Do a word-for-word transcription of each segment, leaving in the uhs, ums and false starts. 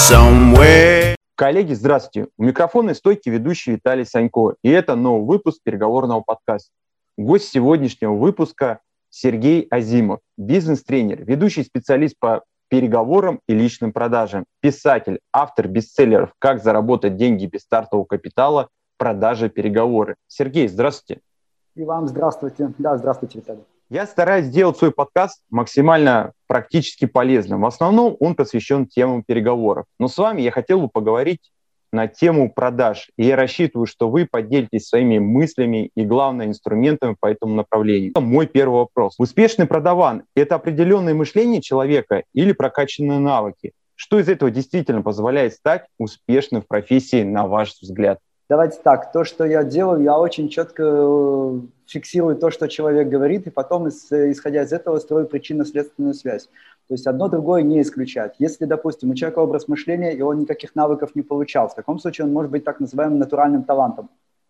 somewhere. Коллеги, здравствуйте. У микрофона и стойки ведущий Виталий Санько. И это новый выпуск переговорного подкаста. Гость сегодняшнего выпуска Сергей Азимов, бизнес-тренер, ведущий специалист по переговорам и личным продажам, писатель, автор бестселлеров «Как заработать деньги без стартового капитала, продажи, переговоры». Сергей, здравствуйте. И вам здравствуйте. Да, здравствуйте, Виталий. Я стараюсь сделать свой подкаст максимально практически полезным. В основном он посвящен темам переговоров. Но с вами я хотел бы поговорить на тему продаж. И я рассчитываю, что вы поделитесь своими мыслями и, главное, инструментами по этому направлению. Это мой первый вопрос. Успешный продаван– это определенное мышление человека или прокачанные навыки? Что из этого действительно позволяет стать успешным в профессии, на ваш взгляд? Давайте так, то, что я делаю, я очень четко фиксирую то, что человек говорит, и потом, исходя из этого, строю причинно-следственную связь. То есть одно другое не исключать. Если, допустим, у человека образ мышления, и он никаких навыков не получал, в таком случае он может быть так называемым натуральным талантом.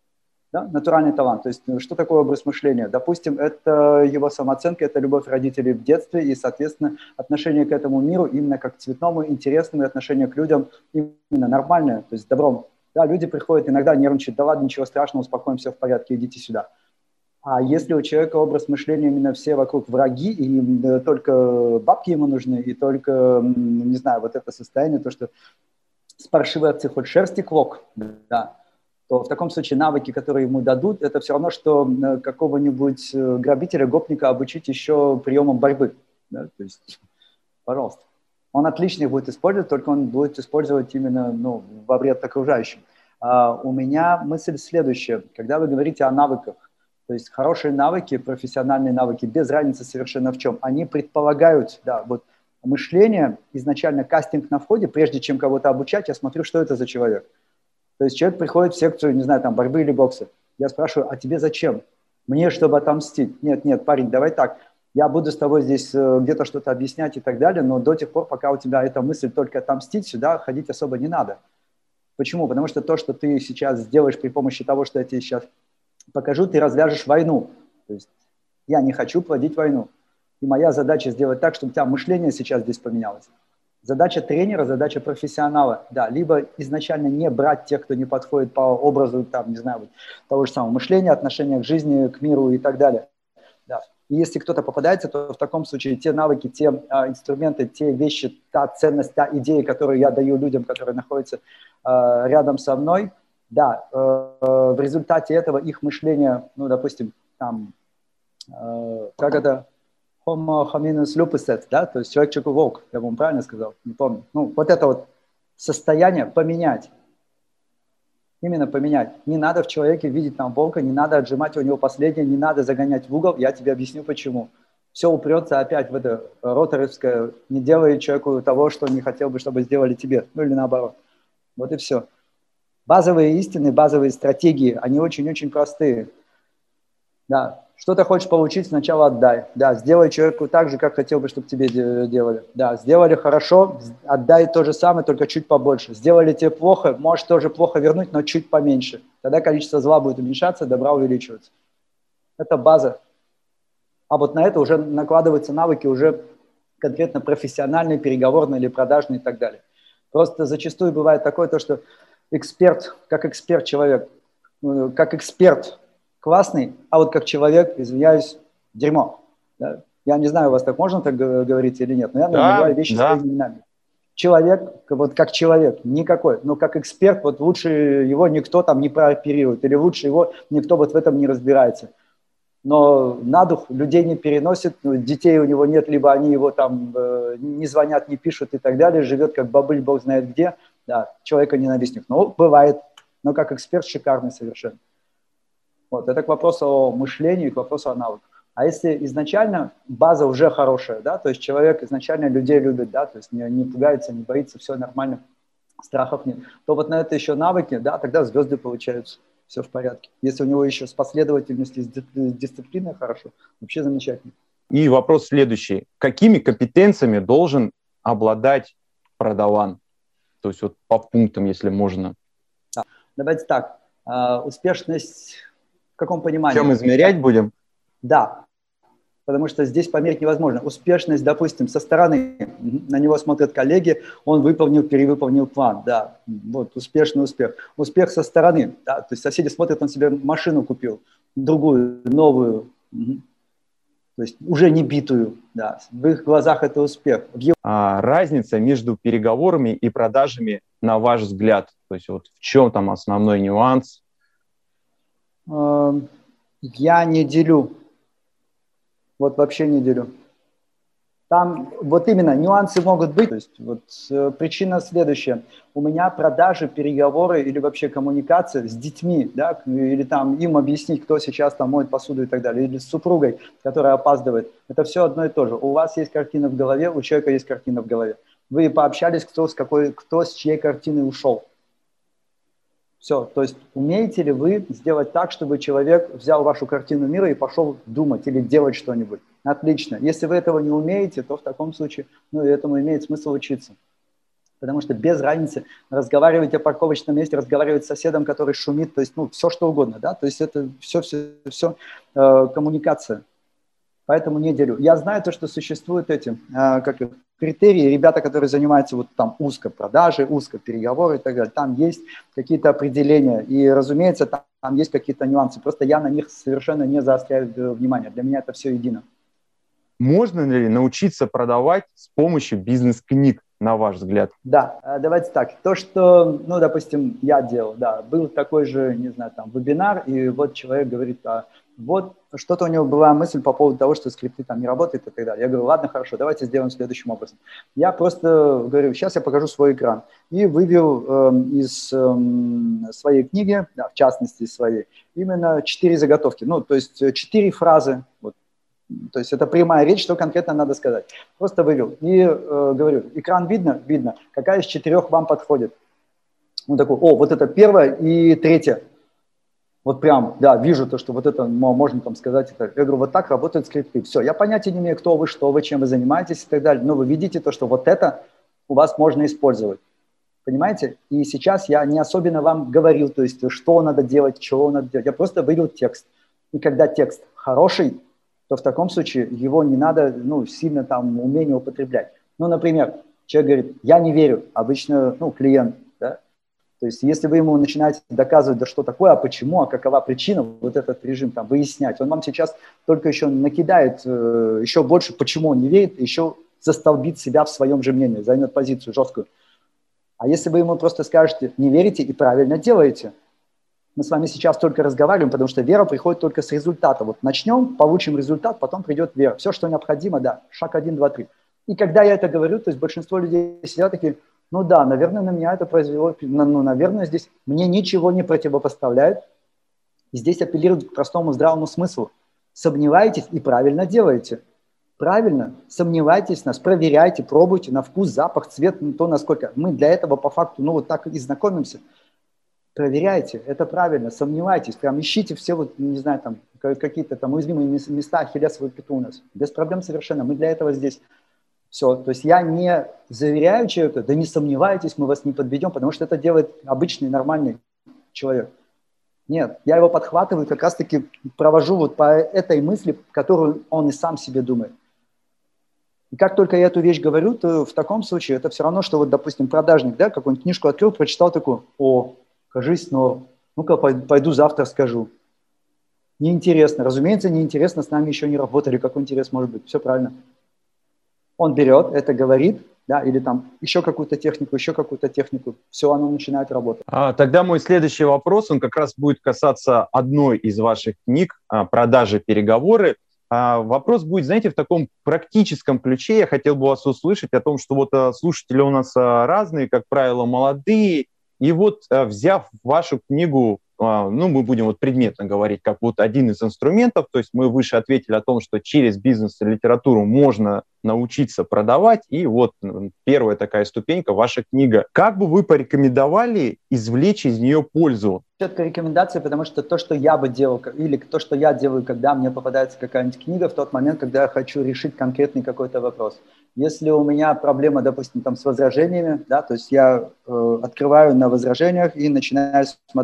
Да? Натуральный талант. То есть что такое образ мышления? Допустим, это его самооценка, это любовь родителей в детстве, и, соответственно, отношение к этому миру именно как к цветному, интересному, и отношение к людям именно нормальное, то есть добром. Да, люди приходят, иногда нервничают, да ладно, ничего страшного, успокоимся, в порядке, идите сюда. А если у человека образ мышления именно все вокруг враги, и только бабки ему нужны, и только, не знаю, вот это состояние, то, что с паршивой овцы хоть шерсти клок, да, то в таком случае навыки, которые ему дадут, это все равно, что какого-нибудь грабителя, гопника обучить еще приемам борьбы. Да, то есть, пожалуйста. Он отлично их будет использовать, только он будет использовать именно ну, во вред окружающим. А у меня мысль следующая. Когда вы говорите о навыках, то есть хорошие навыки, профессиональные навыки, без разницы совершенно в чем, они предполагают, да, вот мышление, изначально кастинг на входе, прежде чем кого-то обучать, я смотрю, что это за человек. То есть человек приходит в секцию, не знаю, там, борьбы или бокса. Я спрашиваю, а тебе зачем? Мне, чтобы отомстить. Нет, нет, парень, давай так. Я буду с тобой здесь э, где-то что-то объяснять и так далее, но до тех пор, пока у тебя эта мысль только отомстить, сюда ходить особо не надо. Почему? Потому что то, что ты сейчас сделаешь при помощи того, что я тебе сейчас покажу, ты развяжешь войну. То есть я не хочу плодить войну. И моя задача сделать так, чтобы у тебя мышление сейчас здесь поменялось. Задача тренера, задача профессионала, да, либо изначально не брать тех, кто не подходит по образу, там, не знаю, вот, того же самого мышления, отношения к жизни, к миру и так далее. Да. И если кто-то попадается, то в таком случае те навыки, те а, инструменты, те вещи, та ценность, та идея, которую я даю людям, которые находятся а, рядом со мной, да, а, в результате этого их мышление, ну, допустим, там, а, как это, homo hominus lupus, да, то есть человек человеку волк, я вам правильно сказал, не помню. Ну, вот это вот состояние поменять. Именно поменять. Не надо в человеке видеть там волка, не надо отжимать у него последнее, не надо загонять в угол. Я тебе объясню, почему. Все упрется опять в это роторовское, не делай человеку того, что не хотел бы, чтобы сделали тебе. Ну или наоборот. Вот и все. Базовые истины, базовые стратегии, они очень-очень простые. Да. Что ты хочешь получить, сначала отдай. Да, сделай человеку так же, как хотел бы, чтобы тебе делали. Да, сделали хорошо, отдай то же самое, только чуть побольше. Сделали тебе плохо, можешь тоже плохо вернуть, но чуть поменьше. Тогда количество зла будет уменьшаться, добра увеличиваться. Это база. А вот на это уже накладываются навыки уже конкретно профессиональные, переговорные или продажные и так далее. Просто зачастую бывает такое, то, что эксперт, как эксперт человек, как эксперт классный, а вот как человек, извиняюсь, дерьмо. Да? Я не знаю, у вас так можно так говорить или нет, но я да, называю вещи да. своими именами. Человек, вот как человек, никакой, но как эксперт, вот лучше его никто там не прооперирует, или лучше его никто вот в этом не разбирается. Но на дух людей не переносит, детей у него нет, либо они его там э, не звонят, не пишут и так далее, живет как бабыль, бог знает где, да, человека-ненавистник. Ну, бывает, но как эксперт шикарный совершенно. Вот, это к вопросу о мышлении, к вопросу о навыках. А если изначально база уже хорошая, да, то есть человек изначально людей любит, да, то есть не, не пугается, не боится, все нормально, страхов нет, то вот на это еще навыки, да, тогда звезды получаются, все в порядке. Если у него еще с последовательностью, с дисциплиной хорошо, вообще замечательно. И вопрос следующий. Какими компетенциями должен обладать продаван? То есть вот по пунктам, если можно. Да. Давайте так, успешность... В каком понимании? Чем измерять будем? Да. Потому что здесь померить невозможно. Успешность, допустим, со стороны, на него смотрят коллеги, он выполнил, перевыполнил план, да, вот успешный успех. Успех со стороны, да, то есть соседи смотрят, он себе машину купил, другую, новую, то есть уже не битую, да, в их глазах это успех. Его... А разница между переговорами и продажами, на ваш взгляд, то есть вот в чем там основной нюанс? Я не делю. Вот вообще не делю. Там вот именно нюансы могут быть. То есть вот э, причина следующая. У меня продажи, переговоры или вообще коммуникация с детьми, да, или там им объяснить, кто сейчас там моет посуду и так далее, или с супругой, которая опаздывает. Это все одно и то же. У вас есть картина в голове, у человека есть картина в голове. Вы пообщались, кто с, какой, кто с чьей картины ушел. Все, то есть умеете ли вы сделать так, чтобы человек взял вашу картину мира и пошел думать или делать что-нибудь? Отлично. Если вы этого не умеете, то в таком случае, ну, этому имеет смысл учиться. Потому что без разницы разговаривать о парковочном месте, разговаривать с соседом, который шумит, то есть, ну, все что угодно, да, то есть это все, все, все э, коммуникация. Поэтому не делю. Я знаю то, что существуют эти, э, как их, критерии, ребята, которые занимаются вот там узко продажи, узко переговоры и так далее, там есть какие-то определения, и, разумеется, там, там есть какие-то нюансы, просто я на них совершенно не заостряю внимание, для меня это все едино. Можно ли научиться продавать с помощью бизнес-книг, на ваш взгляд? Да, давайте так. То, что, ну, допустим, я делал, да, был такой же, не знаю, там, вебинар, и вот человек говорит, а вот что-то у него была мысль по поводу того, что скрипты там не работают и так далее. Я говорю, ладно, хорошо, давайте сделаем следующим образом. Я просто говорю, сейчас я покажу свой экран. И вывел э, из э, своей книги, да, в частности из своей, именно четыре заготовки. Ну, то есть четыре фразы, вот. То есть это прямая речь, что конкретно надо сказать. Просто вывел и э, говорю, экран видно? Видно. Какая из четырех вам подходит? Он такой, о, вот это первое и третье. Вот прям, да, вижу то, что вот это можно там сказать. Это. Я говорю, вот так работают скрипты. Все, я понятия не имею, кто вы, что вы, чем вы занимаетесь и так далее. Но вы видите то, что вот это у вас можно использовать. Понимаете? И сейчас я не особенно вам говорил, то есть что надо делать, чего надо делать. Я просто вывел текст. И когда текст хороший, то в таком случае его не надо, ну, сильно там умение употреблять. Ну, например, человек говорит, я не верю, обычно, ну, клиент, да, то есть если вы ему начинаете доказывать, да что такое, а почему, а какова причина, вот этот режим там выяснять, он вам сейчас только еще накидает э, еще больше, почему он не верит, еще застолбит себя в своем же мнении, займет позицию жесткую. А если вы ему просто скажете, не верите и правильно делаете, мы с вами сейчас только разговариваем, потому что вера приходит только с результата. Вот начнем, получим результат, потом придет вера. Все, что необходимо, да, шаг один, два, три. И когда я это говорю, то есть большинство людей сидят такие, ну да, наверное, на меня это произвело, ну, наверное, здесь мне ничего не противопоставляет. И здесь апеллируют к простому здравому смыслу. Сомневаетесь и правильно делаете. Правильно, сомневайтесь в нас, проверяйте, пробуйте на вкус, запах, цвет, то, насколько. Мы для этого по факту, ну вот так и знакомимся. Проверяйте, это правильно, сомневайтесь, прям ищите все вот, не знаю, там, какие-то там уязвимые места, ахиллесовую пяту у нас. Без проблем совершенно, мы для этого здесь. Все, то есть я не заверяю человека, да не сомневайтесь, мы вас не подведем, потому что это делает обычный, нормальный человек. Нет, я его подхватываю, как раз-таки провожу вот по этой мысли, которую он и сам себе думает. И как только я эту вещь говорю, то в таком случае это все равно, что вот, допустим, продажник, да, какую-нибудь книжку открыл, прочитал такую, о, кажись, но ну-ка пойду завтра скажу. Неинтересно. Разумеется, неинтересно, с нами еще не работали. Какой интерес может быть? Все правильно. Он берет, это говорит, да, или там еще какую-то технику, еще какую-то технику. Все, оно начинает работать. А, тогда мой следующий вопрос, он как раз будет касаться одной из ваших книг «Продажи, переговоры». А, вопрос будет, знаете, в таком практическом ключе. Я хотел бы вас услышать о том, что вот слушатели у нас разные, как правило, молодые. И вот, взяв вашу книгу, ну, мы будем вот предметно говорить, как вот один из инструментов, то есть мы выше ответили о том, что через бизнес и литературу можно научиться продавать, и вот первая такая ступенька, ваша книга. Как бы вы порекомендовали извлечь из нее пользу? Четкая рекомендация, потому что то, что я бы делал, или то, что я делаю, когда мне попадается какая-нибудь книга, в тот момент, когда я хочу решить конкретный какой-то вопрос. Если у меня проблема, допустим, там с возражениями, да, то есть я э, открываю на возражениях и начинаю смотреть,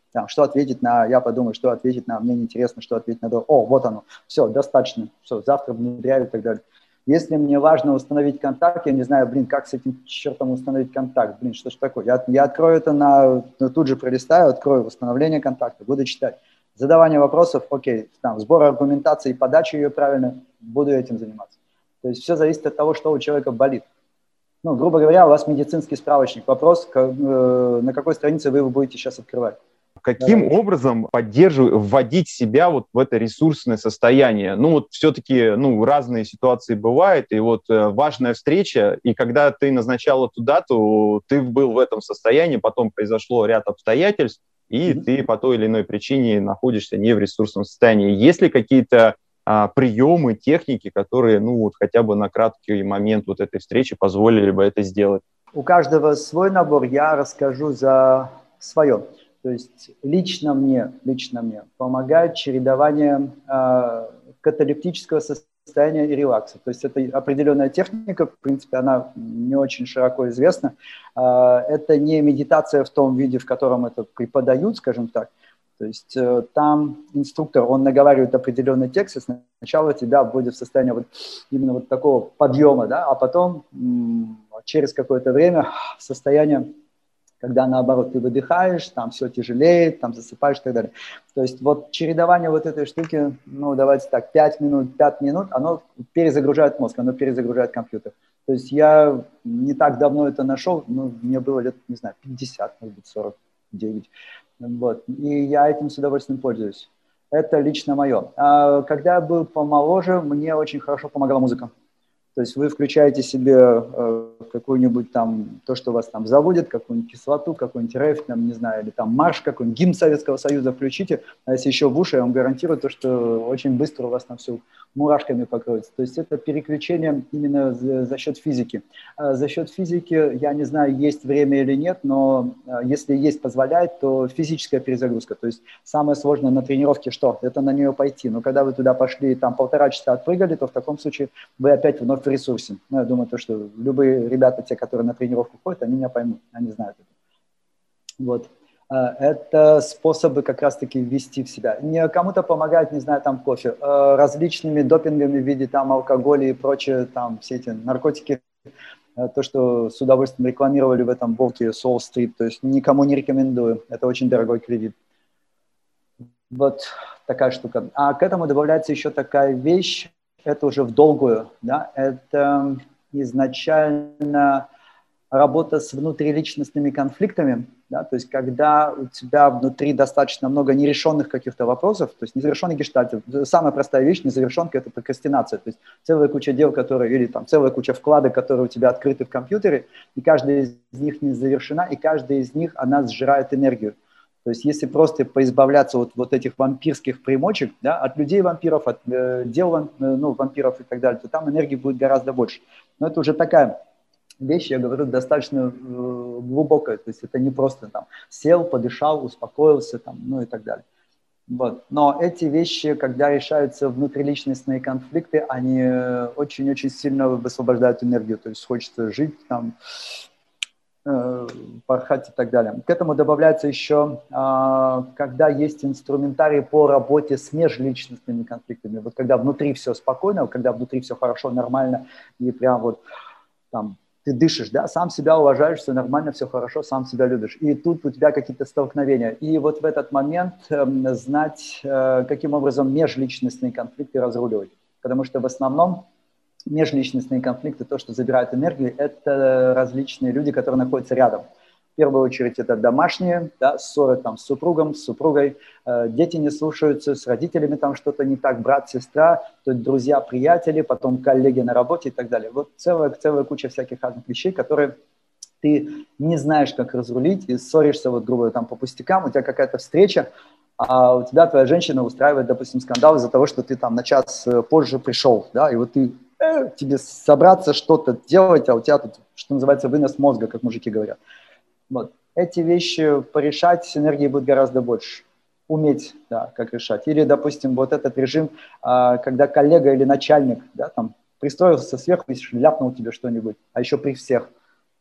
Там, что ответить на, я подумаю, что ответить на, мне неинтересно, что ответить на, о, вот оно, все, достаточно, все, завтра внедряю и так далее. Если мне важно установить контакт, я не знаю, блин, как с этим чертом установить контакт, блин, что ж такое, я, я открою это на, ну, тут же пролистаю, открою восстановление контакта, буду читать. Задавание вопросов, окей, там, сбор аргументации и подача ее правильно, буду этим заниматься. То есть все зависит от того, что у человека болит. Ну, грубо говоря, у вас медицинский справочник. Вопрос, э, на какой странице вы его будете сейчас открывать. Каким Давайте. образом поддерживать, вводить себя вот в это ресурсное состояние? Ну, вот все-таки, ну, разные ситуации бывают, и вот э, важная встреча, и когда ты назначал эту дату, ты был в этом состоянии, потом произошло ряд обстоятельств, и mm-hmm. ты по той или иной причине находишься не в ресурсном состоянии. Есть ли какие-то а, приемы, техники, которые, ну, вот хотя бы на краткий момент вот этой встречи позволили бы это сделать? У каждого свой набор, я расскажу за свое. То есть лично мне, лично мне помогает чередование э, каталептического состояния и релакса. То есть это определенная техника, в принципе, она не очень широко известна. Э, это не медитация в том виде, в котором это преподают, скажем так. То есть э, там инструктор, он наговаривает определенный текст, и сначала тебя вводит в состояние вот, именно вот такого подъема, да, а потом м- через какое-то время в состояние, когда, наоборот, ты выдыхаешь, там все тяжелеет, там засыпаешь и так далее. То есть вот чередование вот этой штуки, ну, давайте так, пять минут, пять минут, оно перезагружает мозг, оно перезагружает компьютер. То есть я не так давно это нашел, ну, мне было лет, не знаю, пятьдесят, может быть, сорок девять. Вот. И я этим с удовольствием пользуюсь. Это лично мое. А когда я был помоложе, мне очень хорошо помогала музыка. То есть вы включаете себе э, какую-нибудь там, то, что вас там заводит, какую-нибудь кислоту, какой-нибудь рэп, там, не знаю, или там марш какой-нибудь, гимн Советского Союза включите, а если еще в уши, я вам гарантирую то, что очень быстро у вас там все мурашками покроется. То есть это переключение именно за, за счет физики. А за счет физики, я не знаю, есть время или нет, но э, если есть позволяет, то физическая перезагрузка. То есть самое сложное на тренировке что? Это на нее пойти. Но когда вы туда пошли, там полтора часа отпрыгали, то в таком случае вы опять вновь в ресурсе. Ну, я думаю, то, что любые ребята, те, которые на тренировку ходят, они меня поймут, они знают это. Вот. Это способы как раз-таки ввести в себя. Не кому-то помогает, не знаю, там кофе, различными допингами в виде там алкоголя и прочее, там все эти наркотики, то, что с удовольствием рекламировали в этом блоке Soul Street, то есть никому не рекомендую, это очень дорогой кредит. Вот такая штука. А к этому добавляется еще такая вещь, это уже в долгую, да, это изначально работа с внутриличностными конфликтами, да, то есть когда у тебя внутри достаточно много нерешенных каких-то вопросов, то есть незавершенный гештальт, самая простая вещь, незавершенка – это прокрастинация, то есть целая куча дел, которые, или там целая куча вкладок, которые у тебя открыты в компьютере, и каждая из них не завершена, и каждая из них, она сжирает энергию. То есть если просто поизбавляться от вот этих вампирских примочек, да, от людей-вампиров, от э, дел ну, вампиров и так далее, то там энергии будет гораздо больше. Но это уже такая вещь, я говорю, достаточно э, глубокая. То есть это не просто там сел, подышал, успокоился, там, ну и так далее. Вот. Но эти вещи, когда решаются внутриличностные конфликты, они очень-очень сильно высвобождают энергию. То есть хочется жить там, порхать и так далее. К этому добавляется еще, когда есть инструментарий по работе с межличностными конфликтами. Вот когда внутри все спокойно, когда внутри все хорошо, нормально, и прям вот там ты дышишь, да, сам себя уважаешь, все нормально, все хорошо, сам себя любишь. И тут у тебя какие-то столкновения. И вот в этот момент э, знать, э, каким образом межличностные конфликты разруливать. Потому что в основном межличностные конфликты, то, что забирает энергию, это различные люди, которые находятся рядом. В первую очередь это домашние, да, ссоры там с супругом, с супругой, э, дети не слушаются, с родителями там что-то не так, брат, сестра, то есть друзья, приятели, потом коллеги на работе и так далее. Вот целая, целая куча всяких разных вещей, которые ты не знаешь, как разрулить, и ссоришься, вот, грубо там, по пустякам, у тебя какая-то встреча, а у тебя твоя женщина устраивает, допустим, скандал из-за того, что ты там на час позже пришел, да, и вот ты, э, тебе собраться, что-то делать, а у тебя тут, что называется, вынос мозга, как мужики говорят. Вот. Эти вещи порешать, энергии будет гораздо больше. Уметь, да, как решать. Или, допустим, вот этот режим, а, когда коллега или начальник, да, там, пристроился сверху и ляпнул тебе что-нибудь, а еще при всех.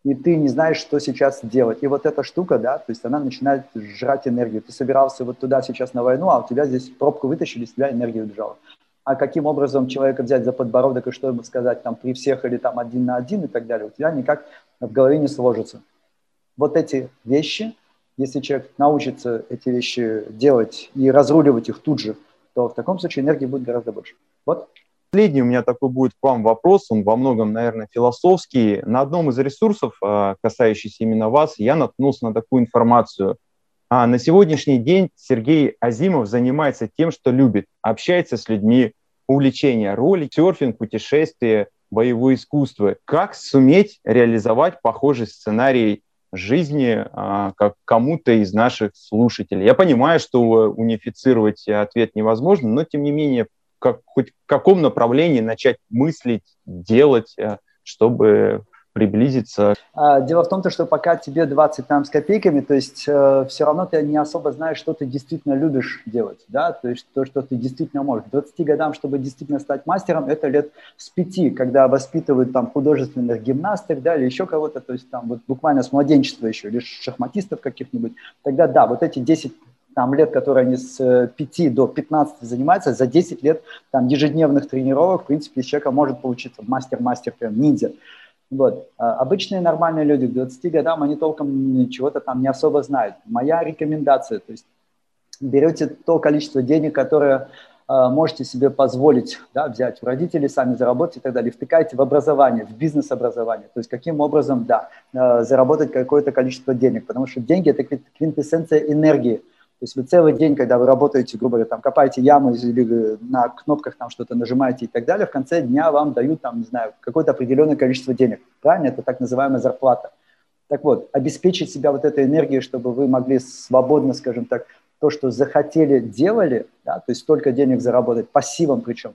и ты не знаешь, что сейчас делать. И вот эта штука, да, то есть она начинает жрать энергию. Ты собирался вот туда сейчас на войну, а у тебя здесь пробку вытащили, из тебя энергия убежала. А каким образом человека взять за подбородок и что ему сказать там при всех или там один на один и так далее, у тебя никак в голове не сложится. Вот эти вещи, если человек научится эти вещи делать и разруливать их тут же, то в таком случае энергии будет гораздо больше. Вот. Последний у меня такой будет к вам вопрос, он во многом, наверное, философский. На одном из ресурсов, касающийся именно вас, я наткнулся на такую информацию. А на сегодняшний день Сергей Азимов занимается тем, что любит, общается с людьми, увлечения, ролик, серфинг, путешествия, боевое искусство. Как суметь реализовать похожий сценарий жизни а, как кому-то из наших слушателей? Я понимаю, что унифицировать ответ невозможно, но тем не менее, как, хоть в каком направлении начать мыслить, делать, чтобы приблизиться? Дело в том, что пока тебе двадцать там с копейками, то есть э, все равно ты не особо знаешь, что ты действительно любишь делать, да, то есть то, что ты действительно можешь. К двадцати годам, чтобы действительно стать мастером, это лет с пяти, когда воспитывают там художественных гимнасток, да, или еще кого-то, то есть там вот буквально с младенчества еще, или шахматистов каких-нибудь, тогда да, вот эти десять там лет, которые они с пяти до пятнадцати занимаются, за десять лет там ежедневных тренировок, в принципе, из человека может получиться мастер-мастер, прям ниндзя. Вот. Обычные нормальные люди к двадцати годам, они толком чего-то там не особо знают. Моя рекомендация, то есть берете то количество денег, которое э, можете себе позволить, да, взять у родителей, сами заработать и так далее, втыкаете в образование, в бизнес-образование. То есть каким образом, да, э, заработать какое-то количество денег, потому что деньги – это квинтэссенция энергии. То есть вы целый день, когда вы работаете, грубо говоря, там, копаете яму или на кнопках там что-то нажимаете и так далее, в конце дня вам дают, там, не знаю, какое-то определенное количество денег. Правильно? Это так называемая зарплата. Так вот, обеспечить себя вот этой энергией, чтобы вы могли свободно, скажем так, то, что захотели, делали, да, то есть столько денег заработать, пассивом причем,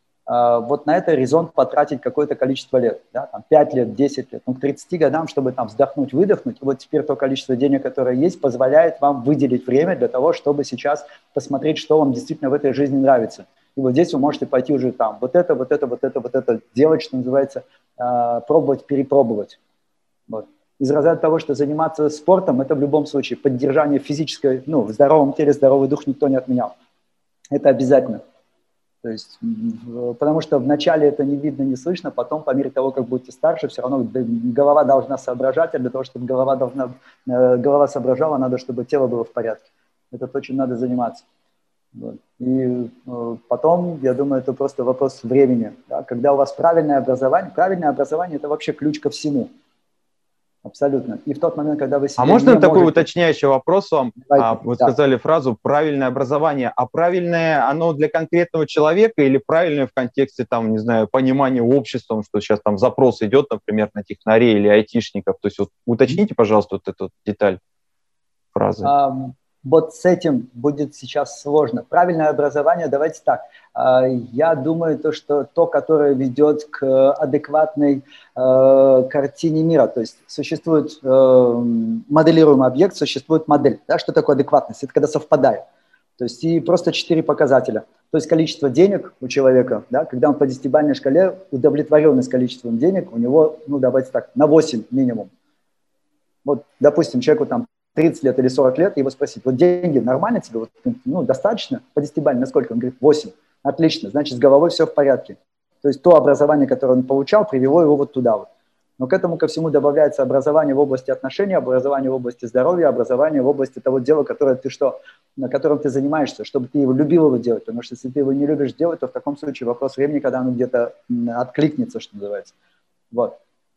вот на это резон потратить какое-то количество лет, да, там пять лет, десять лет, ну, к тридцати годам, чтобы там вздохнуть, выдохнуть, вот теперь то количество денег, которое есть, позволяет вам выделить время для того, чтобы сейчас посмотреть, что вам действительно в этой жизни нравится. И вот здесь вы можете пойти уже там вот это, вот это, вот это, вот это делать, что называется, пробовать, перепробовать. Вот. Из разряда того, что заниматься спортом, это в любом случае поддержание физической, ну, в здоровом теле здоровый дух никто не отменял. Это обязательно. То есть, потому что вначале это не видно, не слышно, потом, по мере того, как будете старше, все равно голова должна соображать, а для того, чтобы голова, должна, голова соображала, надо, чтобы тело было в порядке. Это то, чем надо заниматься. Вот. И потом, я думаю, это просто вопрос времени. Да? Когда у вас правильное образование, правильное образование – это вообще ключ ко всему. Абсолютно. И в тот момент, когда вы себе А можно не такой можете... уточняющий вопрос вам? А, вы да. сказали фразу «правильное образование». А правильное оно для конкретного человека или правильное в контексте, там, не знаю, понимания обществом, что сейчас там запрос идет, например, на технарей или айтишников? То есть вот, уточните, пожалуйста, вот эту деталь фразы. Um... Вот с этим будет сейчас сложно. Правильное образование, давайте так. Я думаю, то, что то, которое ведет к адекватной э, картине мира, то есть существует э, моделируемый объект, существует модель. Да? Что такое адекватность? Это когда совпадает. То есть и просто четыре показателя. То есть количество денег у человека, да, когда он по десятибалльной шкале удовлетворенность количеством денег, у него, ну давайте так, на восемь минимум. Вот, допустим, человеку там тридцать лет или сорок лет, и его спросить, вот деньги нормально тебе, вот, ну, достаточно, по десятибалльной, насколько? Он говорит, восемь. Отлично, значит, с головой все в порядке. То есть то образование, которое он получал, привело его вот туда вот. Но к этому ко всему добавляется образование в области отношений, образование в области здоровья, образование в области того дела, которое ты что, на котором ты занимаешься, чтобы ты его любил его делать. Потому что если ты его не любишь делать, то в таком случае вопрос времени, когда оно где-то откликнется, что называется. Вот.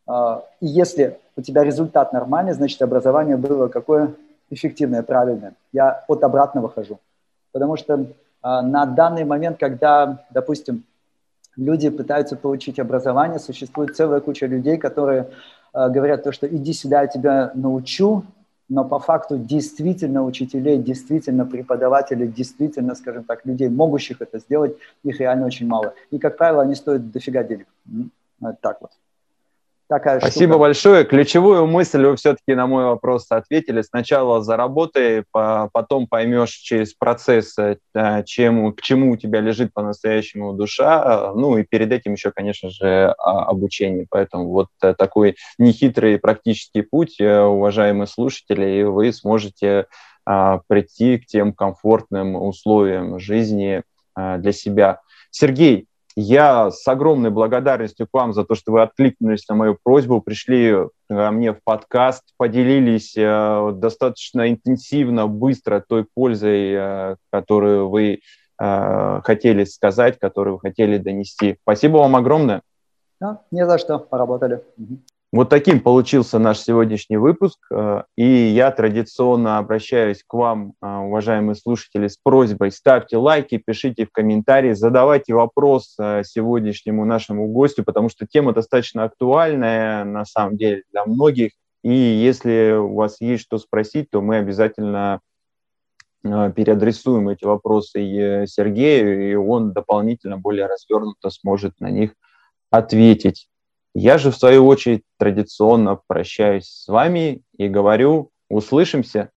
И если у тебя результат нормальный, значит, образование было какое эффективное, правильное. Я от обратного хожу. Потому что на данный момент, когда, допустим, люди пытаются получить образование, существует целая куча людей, которые говорят то, что иди сюда, я тебя научу, но по факту действительно учителей, действительно преподавателей, действительно, скажем так, людей, могущих это сделать, их реально очень мало. И, как правило, они стоят дофига денег. Вот так вот. такая Спасибо штука. большое. Ключевую мысль вы все-таки на мой вопрос ответили. Сначала заработай, потом поймешь через процесс, чем, к чему у тебя лежит по-настоящему душа. Ну и перед этим еще, конечно же, обучение. Поэтому вот такой нехитрый практический путь, уважаемые слушатели, и вы сможете прийти к тем комфортным условиям жизни для себя. Сергей, я с огромной благодарностью к вам за то, что вы откликнулись на мою просьбу, пришли ко мне в подкаст, поделились э, достаточно интенсивно, быстро той пользой, э, которую вы э, хотели сказать, которую вы хотели донести. Спасибо вам огромное. Да, не за что, поработали. Вот таким получился наш сегодняшний выпуск, и я традиционно обращаюсь к вам, уважаемые слушатели, с просьбой: ставьте лайки, пишите в комментарии, задавайте вопрос сегодняшнему нашему гостю, потому что тема достаточно актуальная, на самом деле, для многих, и если у вас есть что спросить, то мы обязательно переадресуем эти вопросы Сергею, и он дополнительно, более развернуто сможет на них ответить. Я же, в свою очередь, традиционно прощаюсь с вами и говорю: услышимся.